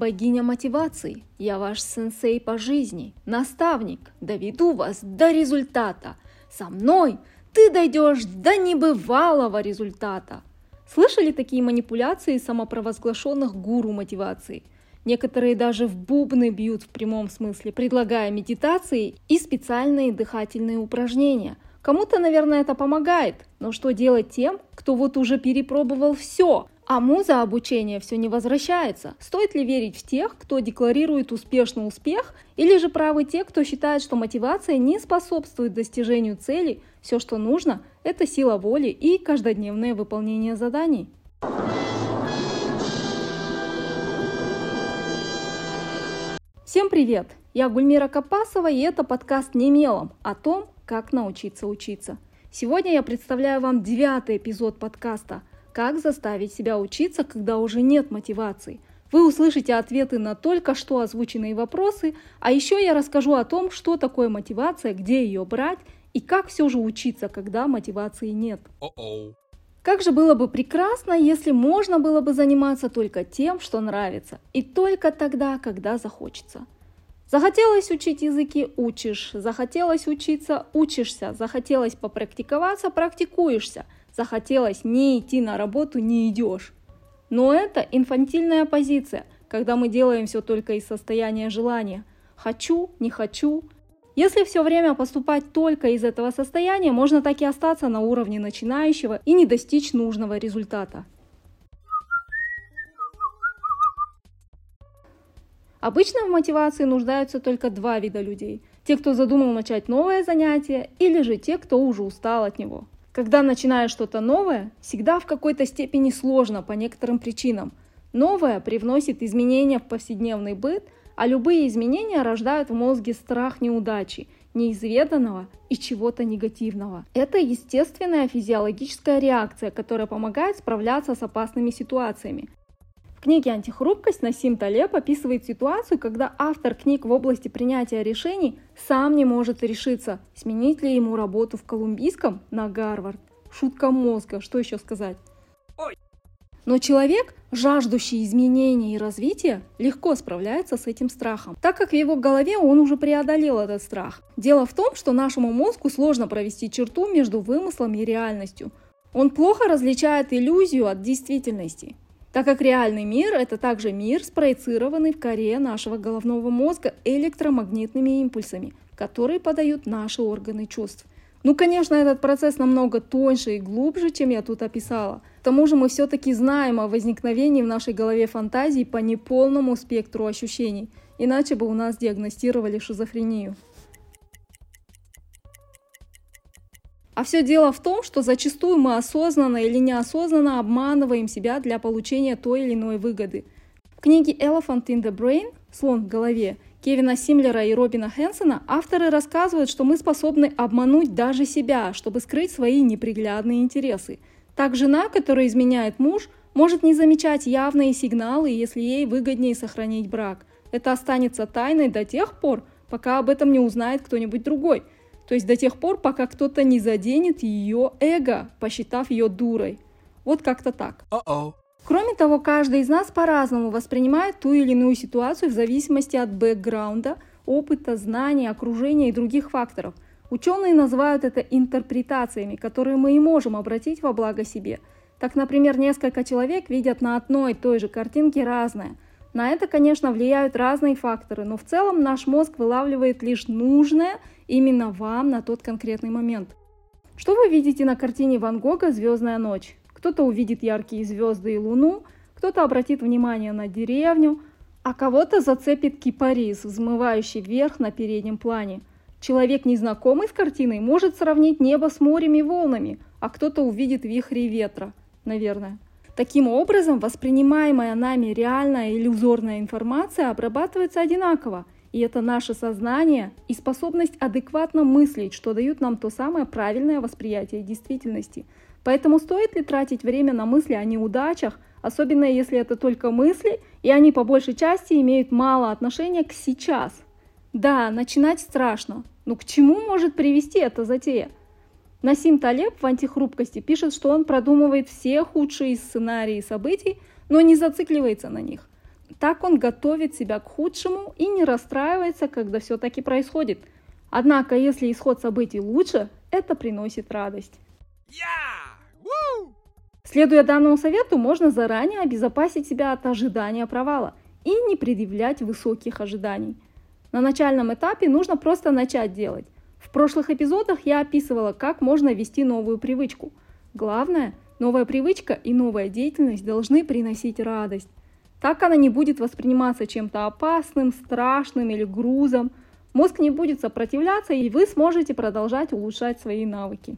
богиня мотивации, я ваш сенсей по жизни, наставник, доведу вас до результата. Со мной ты дойдешь до небывалого результата. Слышали такие манипуляции самопровозглашенных гуру мотивации? Некоторые даже в бубны бьют в прямом смысле, предлагая медитации и специальные дыхательные упражнения. Кому-то, наверное, это помогает, но что делать тем, кто вот уже перепробовал все, а муза обучения все не возвращается? Стоит ли верить в тех, кто декларирует успешный успех, или же правы те, кто считает, что мотивация не способствует достижению цели? Все, что нужно, это сила воли и каждодневное выполнение заданий. Всем привет! Я Гульмира Капасова, и это подкаст «Не мелом» о том, как научиться учиться. Сегодня я представляю вам 9-й эпизод подкаста «Как заставить себя учиться, когда уже нет мотивации». Вы услышите ответы на только что озвученные вопросы, а еще я расскажу о том, что такое мотивация, где ее брать и как все же учиться, когда мотивации нет. Как же было бы прекрасно, если можно было бы заниматься только тем, что нравится, и только тогда, когда захочется. Захотелось учить языки – учишь, захотелось учиться – учишься, захотелось попрактиковаться – практикуешься, захотелось не идти на работу – не идешь. Но это инфантильная позиция, когда мы делаем все только из состояния желания. Хочу, не хочу. Если все время поступать только из этого состояния, можно так и остаться на уровне начинающего и не достичь нужного результата. Обычно в мотивации нуждаются только два вида людей. Те, кто задумал начать новое занятие, или же те, кто уже устал от него. Когда начинаешь что-то новое, всегда в какой-то степени сложно по некоторым причинам. Новое привносит изменения в повседневный быт, а любые изменения рождают в мозге страх неудачи, неизведанного и чего-то негативного. Это естественная физиологическая реакция, которая помогает справляться с опасными ситуациями. В книге «Антихрупкость» Насим Талеб описывает ситуацию, когда автор книг в области принятия решений сам не может решиться, сменить ли ему работу в Колумбийском на Гарвард. Шутка мозга, что еще сказать? Но человек, жаждущий изменений и развития, легко справляется с этим страхом, так как в его голове он уже преодолел этот страх. Дело в том, что нашему мозгу сложно провести черту между вымыслом и реальностью. Он плохо различает иллюзию от действительности, так как реальный мир – это также мир, спроецированный в коре нашего головного мозга электромагнитными импульсами, которые подают наши органы чувств. Конечно, этот процесс намного тоньше и глубже, чем я тут описала. К тому же мы все-таки знаем о возникновении в нашей голове фантазий по неполному спектру ощущений, иначе бы у нас диагностировали шизофрению. А все дело в том, что зачастую мы осознанно или неосознанно обманываем себя для получения той или иной выгоды. В книге «Elephant in the Brain» «Слон в голове» Кевина Симлера и Робина Хенсона авторы рассказывают, что мы способны обмануть даже себя, чтобы скрыть свои неприглядные интересы. Так жена, которая изменяет муж, может не замечать явные сигналы, если ей выгоднее сохранить брак. Это останется тайной до тех пор, пока об этом не узнает кто-нибудь другой. То есть до тех пор, пока кто-то не заденет ее эго, посчитав ее дурой. Вот как-то так. Кроме того, каждый из нас по-разному воспринимает ту или иную ситуацию в зависимости от бэкграунда, опыта, знаний, окружения и других факторов. Ученые называют это интерпретациями, которые мы и можем обратить во благо себе. Так, например, несколько человек видят на одной и той же картинке разное. На это, конечно, влияют разные факторы, но в целом наш мозг вылавливает лишь нужное именно вам на тот конкретный момент. Что вы видите на картине Ван Гога «Звездная ночь»? Кто-то увидит яркие звезды и луну, кто-то обратит внимание на деревню, а кого-то зацепит кипарис, взмывающий вверх на переднем плане. Человек, незнакомый с картиной, может сравнить небо с морем и волнами, а кто-то увидит вихри ветра, наверное. Таким образом, воспринимаемая нами реальная иллюзорная информация обрабатывается одинаково, и это наше сознание и способность адекватно мыслить, что дают нам то самое правильное восприятие действительности. Поэтому стоит ли тратить время на мысли о неудачах, особенно если это только мысли, и они по большей части имеют мало отношения к сейчас? Да, начинать страшно, но к чему может привести эта затея? Насим Талеб в «Антихрупкости» пишет, что он продумывает все худшие сценарии событий, но не зацикливается на них. Так он готовит себя к худшему и не расстраивается, когда все таки происходит. Однако, если исход событий лучше, это приносит радость. Следуя данному совету, можно заранее обезопасить себя от ожидания провала и не предъявлять высоких ожиданий. На начальном этапе нужно просто начать делать. В прошлых эпизодах я описывала, как можно ввести новую привычку. Главное, новая привычка и новая деятельность должны приносить радость. Так она не будет восприниматься чем-то опасным, страшным или грузом. Мозг не будет сопротивляться, и вы сможете продолжать улучшать свои навыки.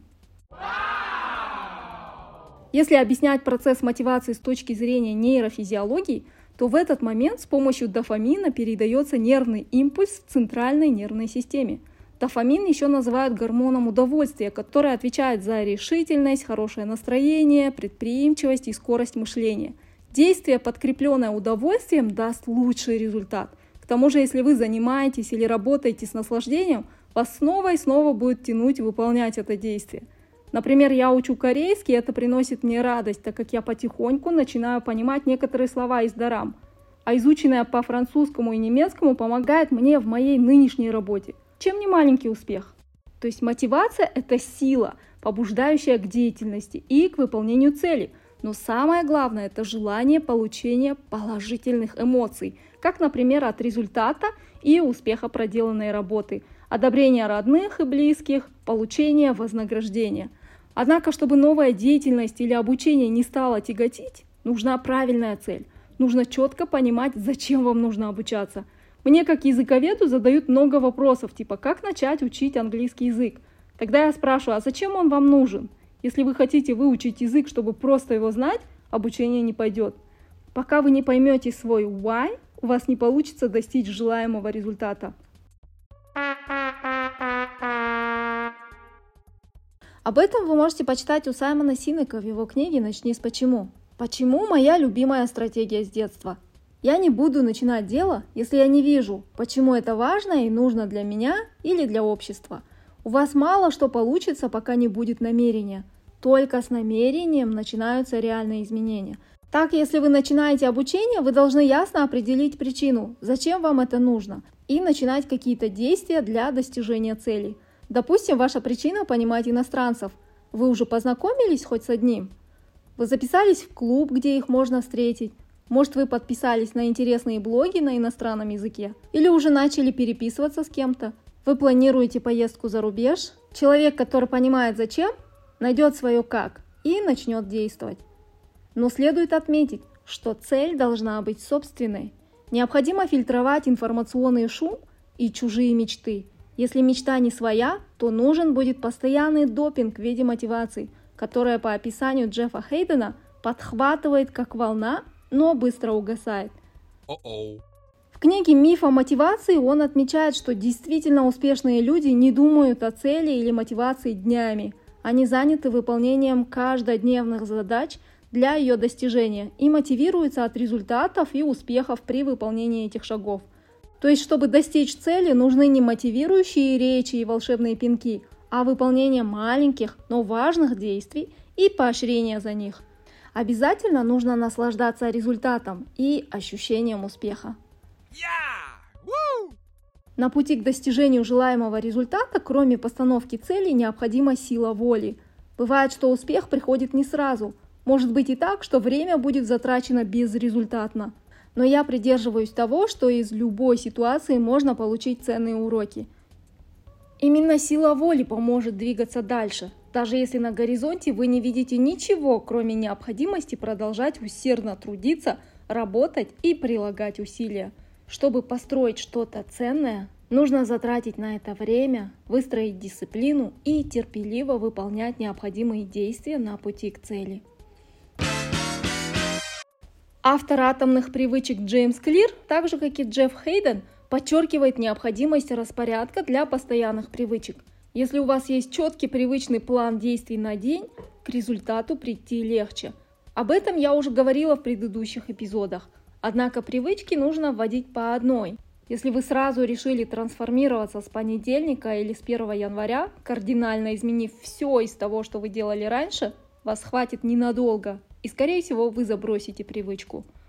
Если объяснять процесс мотивации с точки зрения нейрофизиологии, то в этот момент с помощью дофамина передается нервный импульс в центральной нервной системе. Дофамин еще называют гормоном удовольствия, который отвечает за решительность, хорошее настроение, предприимчивость и скорость мышления. Действие, подкрепленное удовольствием, даст лучший результат. К тому же, если вы занимаетесь или работаете с наслаждением, вас снова и снова будет тянуть выполнять это действие. Например, я учу корейский, это приносит мне радость, так как я потихоньку начинаю понимать некоторые слова из дорам. А изученное по французскому и немецкому помогает мне в моей нынешней работе. Чем не маленький успех? То есть мотивация – это сила, побуждающая к деятельности и к выполнению цели. Но самое главное – это желание получения положительных эмоций, как, например, от результата и успеха проделанной работы, одобрения родных и близких, получения вознаграждения. Однако, чтобы новая деятельность или обучение не стало тяготить, нужна правильная цель. Нужно четко понимать, зачем вам нужно обучаться. Мне, как языковеду, задают много вопросов, типа «как начать учить английский язык?». Тогда я спрашиваю, а зачем он вам нужен? Если вы хотите выучить язык, чтобы просто его знать, обучение не пойдет. Пока вы не поймете свой why, у вас не получится достичь желаемого результата. Об этом вы можете почитать у Саймона Синека в его книге «Начни с почему». Почему моя любимая стратегия с детства? Я не буду начинать дело, если я не вижу, почему это важно и нужно для меня или для общества. У вас мало что получится, пока не будет намерения. Только с намерением начинаются реальные изменения. Так, если вы начинаете обучение, вы должны ясно определить причину, зачем вам это нужно, и начинать какие-то действия для достижения целей. Допустим, ваша причина – понимать иностранцев. Вы уже познакомились хоть с одним? Вы записались в клуб, где их можно встретить? Может, вы подписались на интересные блоги на иностранном языке? Или уже начали переписываться с кем-то? Вы планируете поездку за рубеж? Человек, который понимает зачем, найдет свое как и начнет действовать. Но следует отметить, что цель должна быть собственной. Необходимо фильтровать информационный шум и чужие мечты. Если мечта не своя, то нужен будет постоянный допинг в виде мотивации, которая по описанию Джеффа Хейдена подхватывает как волна, но быстро угасает. В книге «Миф о мотивации» он отмечает, что действительно успешные люди не думают о цели или мотивации днями. Они заняты выполнением каждодневных задач для ее достижения и мотивируются от результатов и успехов при выполнении этих шагов. То есть, чтобы достичь цели, нужны не мотивирующие речи и волшебные пинки, а выполнение маленьких, но важных действий и поощрение за них. Обязательно нужно наслаждаться результатом и ощущением успеха. На пути к достижению желаемого результата, кроме постановки цели, необходима сила воли. Бывает, что успех приходит не сразу. Может быть и так, что время будет затрачено безрезультатно. Но я придерживаюсь того, что из любой ситуации можно получить ценные уроки. Именно сила воли поможет двигаться дальше, даже если на горизонте вы не видите ничего, кроме необходимости продолжать усердно трудиться, работать и прилагать усилия. Чтобы построить что-то ценное, нужно затратить на это время, выстроить дисциплину и терпеливо выполнять необходимые действия на пути к цели. Автор атомных привычек Джеймс Клир, так же как и Джефф Хейден, подчеркивает необходимость распорядка для постоянных привычек. Если у вас есть четкий привычный план действий на день, к результату прийти легче. Об этом я уже говорила в предыдущих эпизодах. Однако привычки нужно вводить по одной. Если вы сразу решили трансформироваться с понедельника или с 1 января, кардинально изменив все из того, что вы делали раньше, вас хватит ненадолго, и, скорее всего, вы забросите привычку.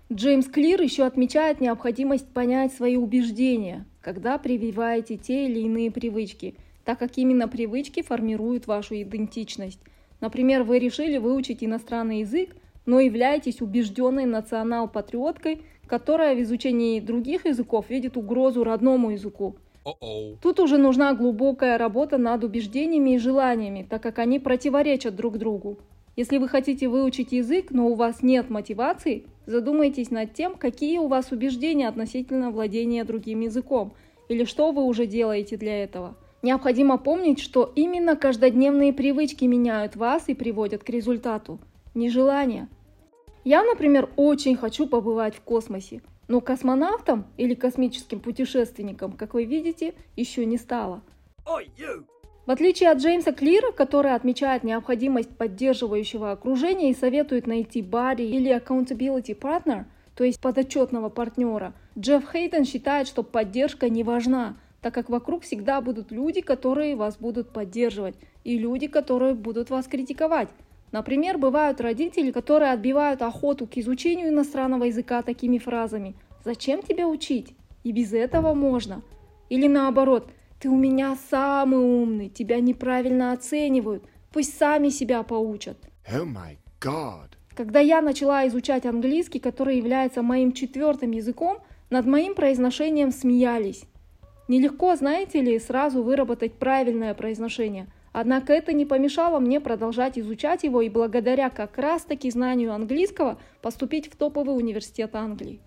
Джеймс Клир еще отмечает необходимость понять свои убеждения, когда прививаете те или иные привычки, так как именно привычки формируют вашу идентичность. Например, вы решили выучить иностранный язык, но являетесь убежденной национал-патриоткой, которая в изучении других языков видит угрозу родному языку. Тут уже нужна глубокая работа над убеждениями и желаниями, так как они противоречат друг другу. Если вы хотите выучить язык, но у вас нет мотивации, задумайтесь над тем, какие у вас убеждения относительно владения другим языком, или что вы уже делаете для этого. Необходимо помнить, что именно каждодневные привычки меняют вас и приводят к результату, не желания. Я, например, очень хочу побывать в космосе, но космонавтом или космическим путешественником, как вы видите, еще не стала. В отличие от Джеймса Клира, который отмечает необходимость поддерживающего окружения и советует найти buddy или accountability partner, то есть подотчетного партнера, Джефф Хейден считает, что поддержка не важна, так как вокруг всегда будут люди, которые вас будут поддерживать, и люди, которые будут вас критиковать. Например, бывают родители, которые отбивают охоту к изучению иностранного языка такими фразами: «Зачем тебя учить? И без этого можно». Или наоборот: «Ты у меня самый умный, тебя неправильно оценивают, пусть сами себя поучат». Oh my God. Когда я начала изучать английский, который является моим 4-м языком, над моим произношением смеялись. Нелегко, знаете ли, сразу выработать правильное произношение. Однако это не помешало мне продолжать изучать его и благодаря как раз-таки знанию английского поступить в топовый университет Англии.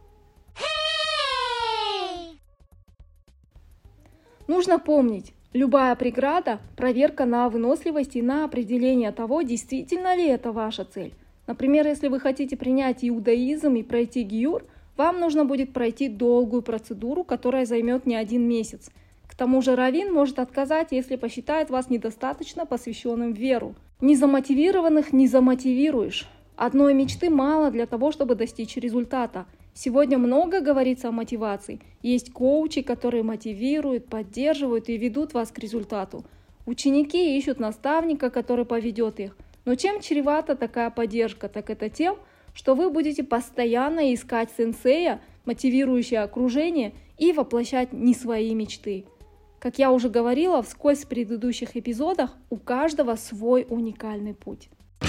Нужно помнить, любая преграда – проверка на выносливость и на определение того, действительно ли это ваша цель. Например, если вы хотите принять иудаизм и пройти гиюр, вам нужно будет пройти долгую процедуру, которая займет не 1 месяц. К тому же раввин может отказать, если посчитает вас недостаточно посвященным в веру. Незамотивированных не замотивируешь. Одной мечты мало для того, чтобы достичь результата. Сегодня много говорится о мотивации. Есть коучи, которые мотивируют, поддерживают и ведут вас к результату. Ученики ищут наставника, который поведет их. Но чем чревата такая поддержка? Так это тем, что вы будете постоянно искать сенсея, мотивирующее окружение, и воплощать не свои мечты. Как я уже говорила вскользь в предыдущих эпизодах, у каждого свой уникальный путь.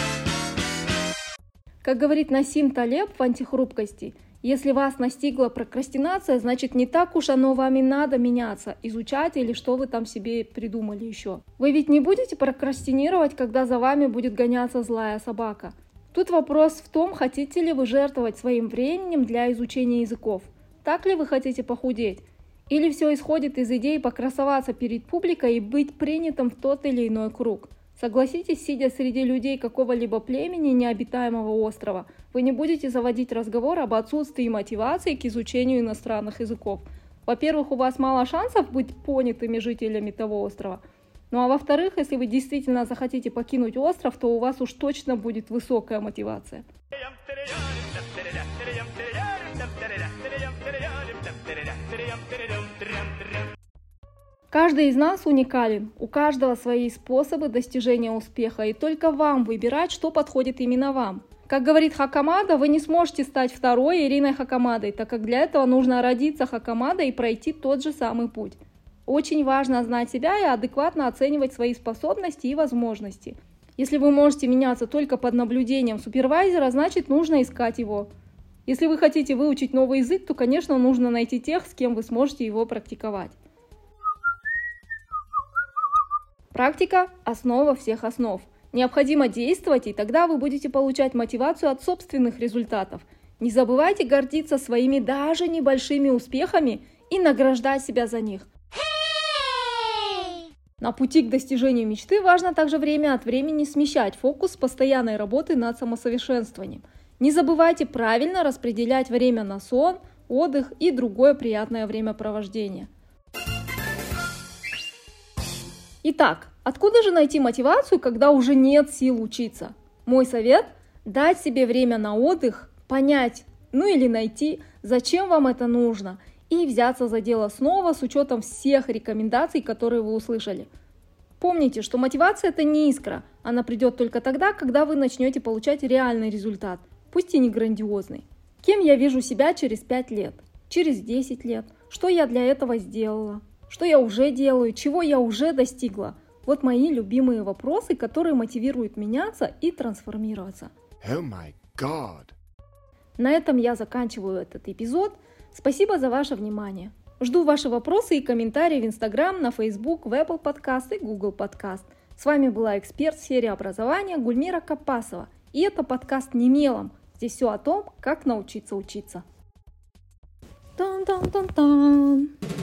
Как говорит Насим Талеб в «Антихрупкости», если вас настигла прокрастинация, значит не так уж оно вам и надо меняться, изучать или что вы там себе придумали еще. Вы ведь не будете прокрастинировать, когда за вами будет гоняться злая собака. Тут вопрос в том, хотите ли вы жертвовать своим временем для изучения языков. Так ли вы хотите похудеть? Или все исходит из идеи покрасоваться перед публикой и быть принятым в тот или иной круг? Согласитесь, сидя среди людей какого-либо племени необитаемого острова, вы не будете заводить разговор об отсутствии мотивации к изучению иностранных языков. Во-первых, у вас мало шансов быть понятыми жителями того острова. Ну а во-вторых, если вы действительно захотите покинуть остров, то у вас уж точно будет высокая мотивация. Каждый из нас уникален, у каждого свои способы достижения успеха, и только вам выбирать, что подходит именно вам. Как говорит Хакамада, вы не сможете стать второй Ириной Хакамадой, так как для этого нужно родиться Хакамадой и пройти тот же самый путь. Очень важно знать себя и адекватно оценивать свои способности и возможности. Если вы можете меняться только под наблюдением супервайзера, значит нужно искать его. Если вы хотите выучить новый язык, то, конечно, нужно найти тех, с кем вы сможете его практиковать. Практика – основа всех основ. Необходимо действовать, и тогда вы будете получать мотивацию от собственных результатов. Не забывайте гордиться своими даже небольшими успехами и награждать себя за них. На пути к достижению мечты важно также время от времени смещать фокус с постоянной работы над самосовершенствованием. Не забывайте правильно распределять время на сон, отдых и другое приятное времяпровождение. Итак, откуда же найти мотивацию, когда уже нет сил учиться? Мой совет – дать себе время на отдых, понять, или найти, зачем вам это нужно, и взяться за дело снова с учетом всех рекомендаций, которые вы услышали. Помните, что мотивация – это не искра, она придет только тогда, когда вы начнете получать реальный результат, пусть и не грандиозный. Кем я вижу себя через 5 лет, через 10 лет? Что я для этого сделала? Что я уже делаю? Чего я уже достигла? Вот мои любимые вопросы, которые мотивируют меняться и трансформироваться. Oh my God. На этом я заканчиваю этот эпизод. Спасибо за ваше внимание. Жду ваши вопросы и комментарии в Instagram, на Facebook, в Apple Podcast и Google Podcast. С вами была эксперт в сфере образования Гульмира Капасова. И это подкаст «Не мелом». Здесь все о том, как научиться учиться. Тан-тан-тан-тан.